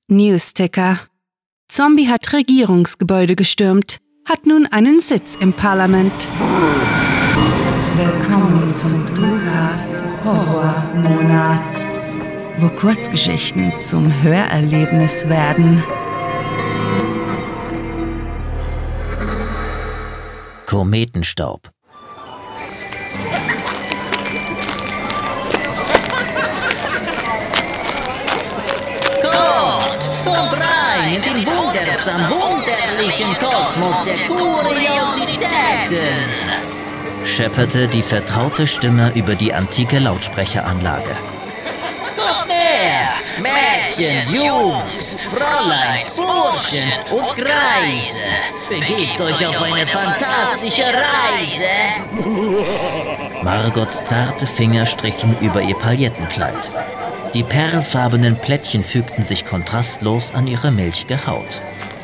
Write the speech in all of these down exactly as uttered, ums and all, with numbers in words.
Newsticker. Zombie hat Regierungsgebäude gestürmt, hat nun einen Sitz im Parlament. Willkommen zum Cluecast Horrormonat, wo Kurzgeschichten zum Hörerlebnis werden. Kometenstaub. Kommt, kommt rein in den wundersam wunderlichen Kosmos der Kuriositäten, schepperte die vertraute Stimme über die antike Lautsprecheranlage. Kommt her, Mädchen, Jungs, Fräuleins, Burschen und Greise. Begebt euch auf eine fantastische Reise. Margots zarte Finger strichen über ihr Paillettenkleid. Die perlfarbenen Plättchen fügten sich kontrastlos an ihre milchige Haut.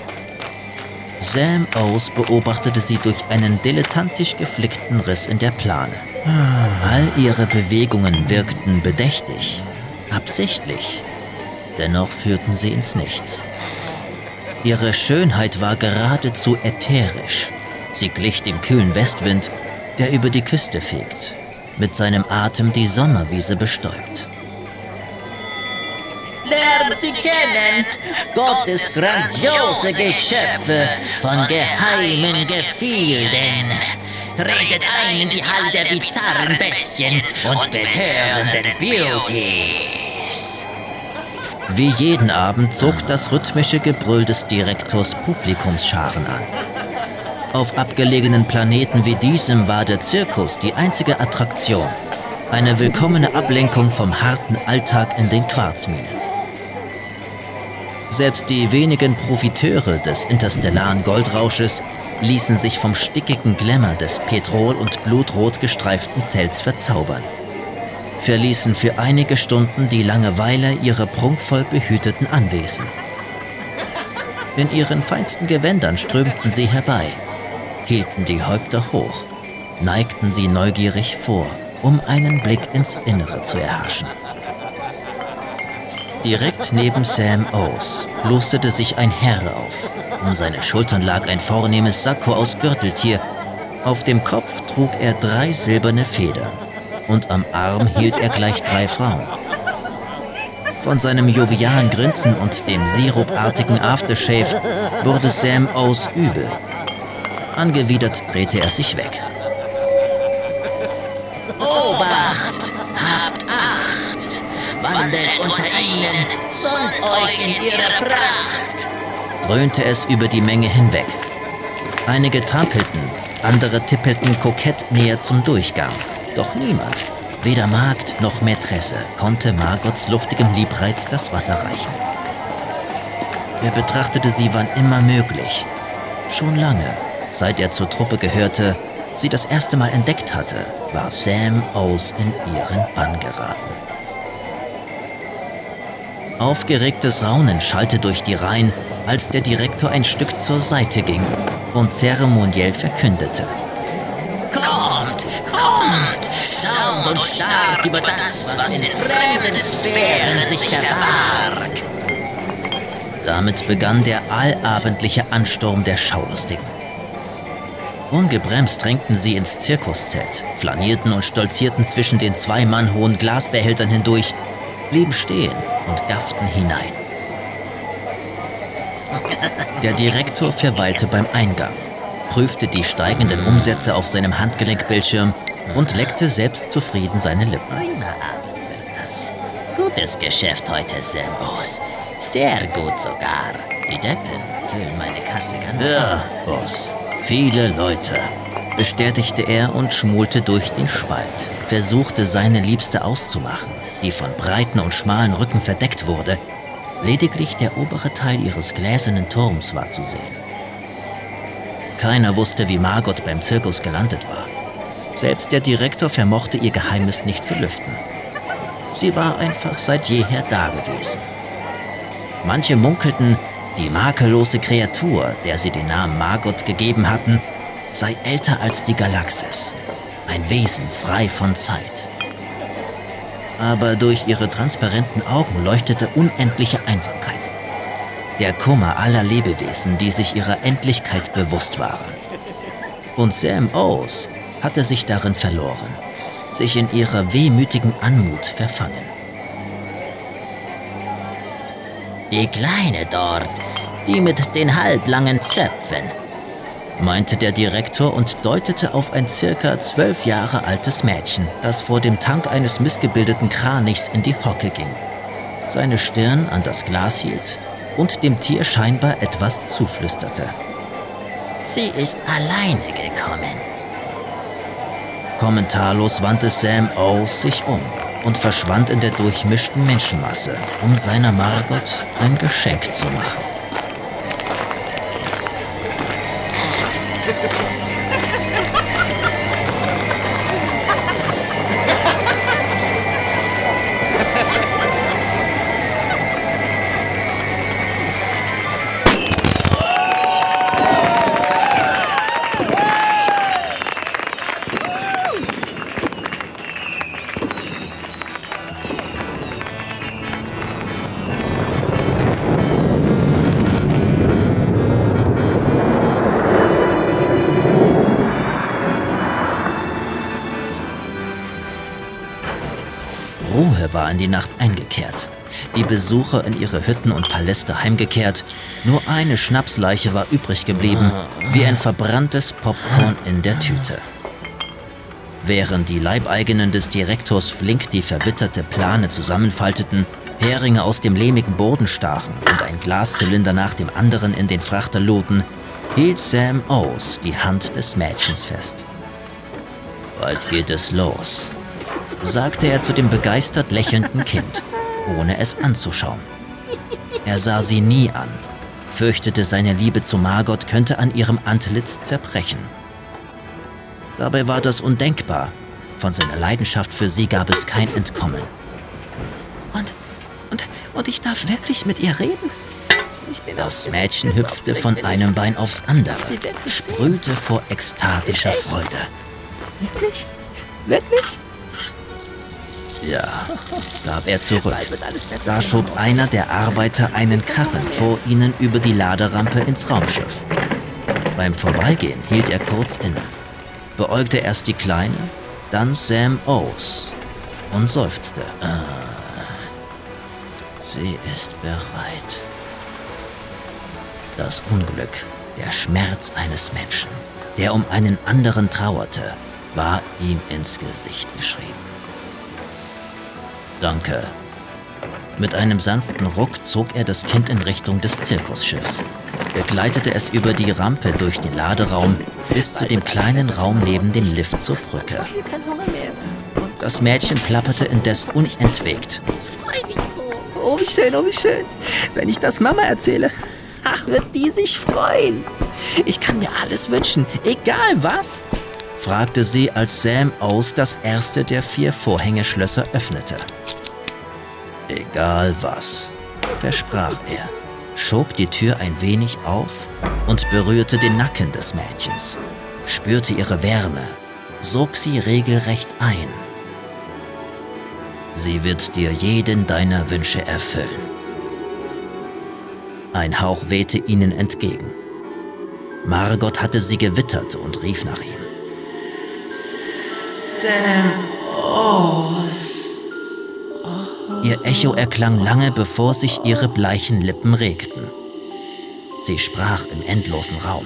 Sam O's beobachtete sie durch einen dilettantisch geflickten Riss in der Plane. All ihre Bewegungen wirkten bedächtig, absichtlich. Dennoch führten sie ins Nichts. Ihre Schönheit war geradezu ätherisch. Sie glich dem kühlen Westwind, der über die Küste fegt, mit seinem Atem die Sommerwiese bestäubt. Lernt sie kennen, Gottes grandiose Geschöpfe von geheimen Gefilden. Tretet ein in die Halle der bizarren Bestien und betörenden Beauties. Wie jeden Abend zog das rhythmische Gebrüll des Direktors Publikumsscharen an. Auf abgelegenen Planeten wie diesem war der Zirkus die einzige Attraktion. Eine willkommene Ablenkung vom harten Alltag in den Quarzminen. Selbst die wenigen Profiteure des interstellaren Goldrausches ließen sich vom stickigen Glamour des petrol- und blutrot gestreiften Zelts verzaubern, verließen für einige Stunden die Langeweile ihrer prunkvoll behüteten Anwesen. In ihren feinsten Gewändern strömten sie herbei, hielten die Häupter hoch, neigten sie neugierig vor, um einen Blick ins Innere zu erhaschen. Direkt neben Sam O's plusterte sich ein Herr auf. Um seine Schultern lag ein vornehmes Sakko aus Gürteltier. Auf dem Kopf trug er drei silberne Federn und am Arm hielt er gleich drei Frauen. Von seinem jovialen Grinsen und dem sirupartigen Aftershave wurde Sam O's übel. Angewidert drehte er sich weg. Obacht, habt Acht, wandelt unter ihnen, sonnt euch in ihrer Pracht, dröhnte es über die Menge hinweg. Einige trampelten, andere tippelten kokett näher zum Durchgang. Doch niemand, weder Magd noch Mätresse, konnte Margots luftigem Liebreiz das Wasser reichen. Er betrachtete sie wann immer möglich. Schon lange, seit er zur Truppe gehörte, sie das erste Mal entdeckt hatte, war Sam O's in ihren Bann geraten. Aufgeregtes Raunen schallte durch die Reihen, als der Direktor ein Stück zur Seite ging und zeremoniell verkündete. Kommt, kommt, staunt und starrt über das, was in fremden Sphären sich verbarg. Damit begann der allabendliche Ansturm der Schaulustigen. Ungebremst drängten sie ins Zirkuszelt, flanierten und stolzierten zwischen den zwei Mann hohen Glasbehältern hindurch, blieben stehen und gafften hinein. Der Direktor verweilte beim Eingang, prüfte die steigenden Umsätze auf seinem Handgelenkbildschirm und leckte selbstzufrieden seine Lippen. Prima Abend wird das. Gutes Geschäft heute, Sam O's. Sehr gut sogar. Die Deppen füllen meine Kasse ganz Ja, gut. Boss. Viele Leute, bestätigte er und schmulte durch den Spalt, versuchte seine Liebste auszumachen, die von breiten und schmalen Rücken verdeckt wurde. Lediglich der obere Teil ihres gläsernen Turms war zu sehen. Keiner wusste, wie Margot beim Zirkus gelandet war. Selbst der Direktor vermochte ihr Geheimnis nicht zu lüften. Sie war einfach seit jeher dagewesen. Manche munkelten, die makellose Kreatur, der sie den Namen Margot gegeben hatten, sei älter als die Galaxis. Ein Wesen frei von Zeit. Aber durch ihre transparenten Augen leuchtete unendliche Einsamkeit. der Kummer aller Lebewesen, die sich ihrer Endlichkeit bewusst waren. Und Sam Owes hatte sich darin verloren, sich in ihrer wehmütigen Anmut verfangen. Die Kleine dort, die mit den halblangen Zöpfen, meinte der Direktor und deutete auf ein circa zwölf Jahre altes Mädchen, das vor dem Tank eines missgebildeten Kranichs in die Hocke ging, seine Stirn an das Glas hielt und dem Tier scheinbar etwas zuflüsterte. Sie ist alleine gekommen. Kommentarlos wandte Sam Owes sich um und verschwand in der durchmischten Menschenmasse, um seiner Margot ein Geschenk zu machen. Ruhe war in die Nacht eingekehrt. Die Besucher in ihre Hütten und Paläste heimgekehrt. Nur eine Schnapsleiche war übrig geblieben, wie ein verbranntes Popcorn in der Tüte. Während die Leibeigenen des Direktors flink die verwitterte Plane zusammenfalteten, Heringe aus dem lehmigen Boden stachen und ein Glaszylinder nach dem anderen in den Frachter luden, hielt Sam Owes die Hand des Mädchens fest. »Bald geht es los«, sagte er zu dem begeistert lächelnden Kind, ohne es anzuschauen. Er sah sie nie an, fürchtete, seine Liebe zu Margot könnte an ihrem Antlitz zerbrechen. Dabei war das undenkbar. Von seiner Leidenschaft für sie gab es kein Entkommen. Und, und, und ich darf wirklich mit ihr reden? Ich bin das Mädchen hüpfte von einem Bein aufs andere, sprühte vor ekstatischer Freude. Wirklich? Wirklich? Ja, gab er zurück. Da schob einer der Arbeiter einen Karren vor ihnen über die Laderampe ins Raumschiff. Beim Vorbeigehen hielt er kurz inne, beäugte erst die Kleine, dann Sam Owes und seufzte. Ah, sie ist bereit. Das Unglück, der Schmerz eines Menschen, der um einen anderen trauerte, war ihm ins Gesicht geschrieben. »Danke.« Mit einem sanften Ruck zog er das Kind in Richtung des Zirkusschiffs, begleitete es über die Rampe durch den Laderaum bis zu dem kleinen Raum neben dem Lift zur Brücke. Das Mädchen plapperte indes unentwegt. Ich freu mich so. Oh, wie schön, oh, wie schön. Wenn ich das Mama erzähle, ach, wird die sich freuen. Ich kann mir alles wünschen, egal was. Fragte sie, als Sam Owes das erste der vier Vorhängeschlösser öffnete. Egal was, versprach er, schob die Tür ein wenig auf und berührte den Nacken des Mädchens, spürte ihre Wärme, sog sie regelrecht ein. Sie wird dir jeden deiner Wünsche erfüllen. Ein Hauch wehte ihnen entgegen. Margot hatte sie gewittert und rief nach ihm. Sam Owes. Ihr Echo erklang lange, bevor sich ihre bleichen Lippen regten. Sie sprach im endlosen Raum.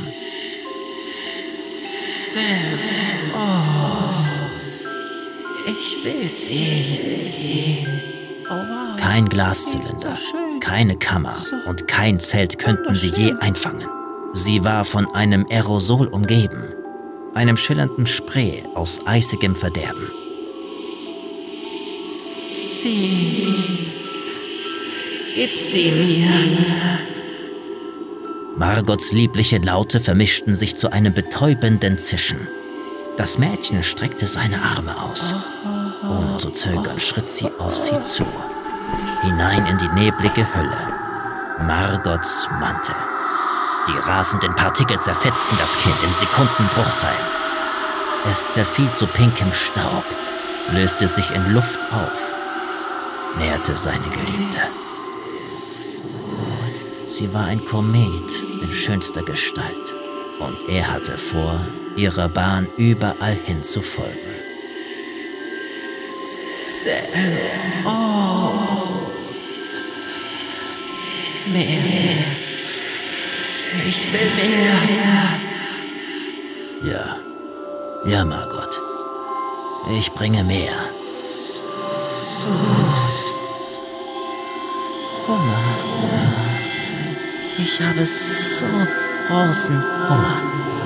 Sam Owes. Ich will sie. Oh, wow. Kein Glaszylinder, keine Kammer und kein Zelt könnten sie je einfangen. Sie war von einem Aerosol umgeben, einem schillernden Spray aus eisigem Verderben. Sie. Gib sie mir. Margots liebliche Laute vermischten sich zu einem betäubenden Zischen. Das Mädchen streckte seine Arme aus. Ohne zu zögern schritt sie auf sie zu, hinein in die neblige Hülle. Margots Mantel. Die rasenden Partikel zerfetzten das Kind in Sekundenbruchteilen. Es zerfiel zu pinkem Staub, löste sich in Luft auf, nährte seine Geliebte. Sie war ein Komet in schönster Gestalt. Und er hatte vor, ihrer Bahn überall hin zu folgen. Oh. Mehr. Ich will mehr. Ja, ja, Margot. Ich bringe mehr. Hunger. Ich habe so großen Hunger.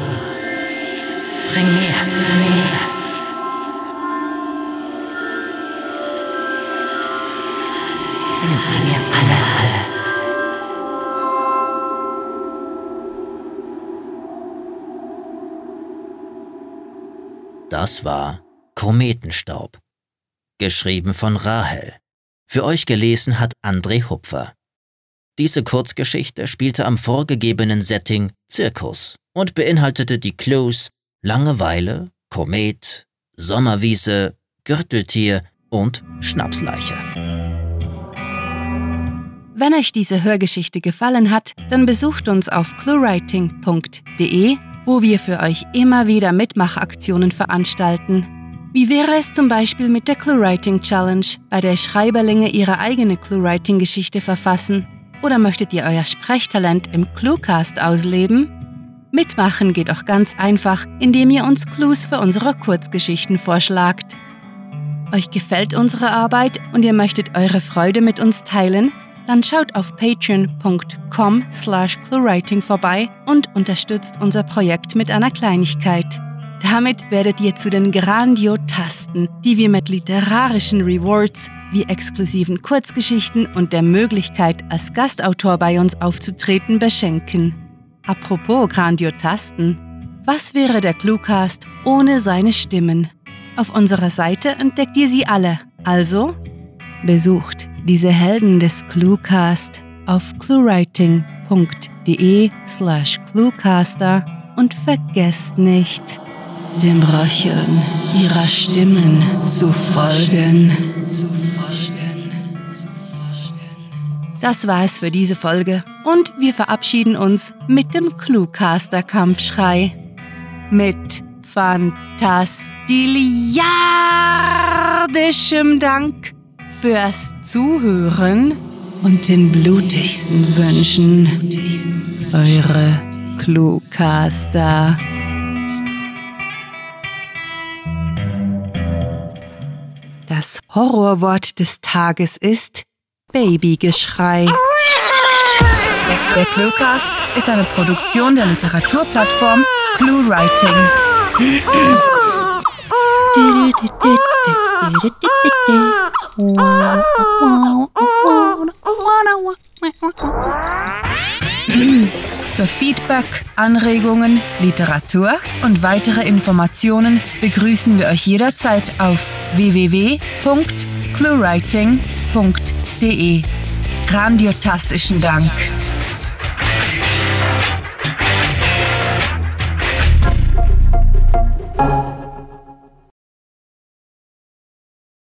Bring mehr, mehr. Bring sie mir alle, alle. Das war Kometenstaub. Geschrieben von Rahel. Für euch gelesen hat André Hupfer. Diese Kurzgeschichte spielte am vorgegebenen Setting Zirkus und beinhaltete die Clues Langeweile, Komet, Sommerwiese, Gürteltier und Schnapsleiche. Wenn euch diese Hörgeschichte gefallen hat, dann besucht uns auf cluewriting punkt de, wo wir für euch immer wieder Mitmachaktionen veranstalten. Wie wäre es zum Beispiel mit der ClueWriting Challenge, bei der Schreiberlinge ihre eigene ClueWriting-Geschichte verfassen? Oder möchtet ihr euer Sprechtalent im Cluecast ausleben? Mitmachen geht auch ganz einfach, indem ihr uns Clues für unsere Kurzgeschichten vorschlagt. Euch gefällt unsere Arbeit und ihr möchtet eure Freude mit uns teilen? Dann schaut auf patreon punkt com slash cluewriting vorbei und unterstützt unser Projekt mit einer Kleinigkeit. Damit werdet ihr zu den Grandiotasten, die wir mit literarischen Rewards wie exklusiven Kurzgeschichten und der Möglichkeit, als Gastautor bei uns aufzutreten, beschenken. Apropos Grandiotasten, was wäre der Cluecast ohne seine Stimmen? Auf unserer Seite entdeckt ihr sie alle, also besucht diese Helden des Cluecast auf cluewriting punkt de slash cluecaster und vergesst nicht, dem Röcheln ihrer Stimmen zu folgen. Das war es für diese Folge und wir verabschieden uns mit dem Cluecaster-Kampfschrei. Mit fantastiliardischem Dank fürs Zuhören und den blutigsten Wünschen. Eure Cluecaster. Das Horrorwort des Tages ist Babygeschrei. Der Cluecast ist eine Produktion der Literaturplattform ClueWriting. Für Feedback, Anregungen, Literatur und weitere Informationen begrüßen wir euch jederzeit auf w w w punkt cluewriting punkt de. Grandiotastischen Dank.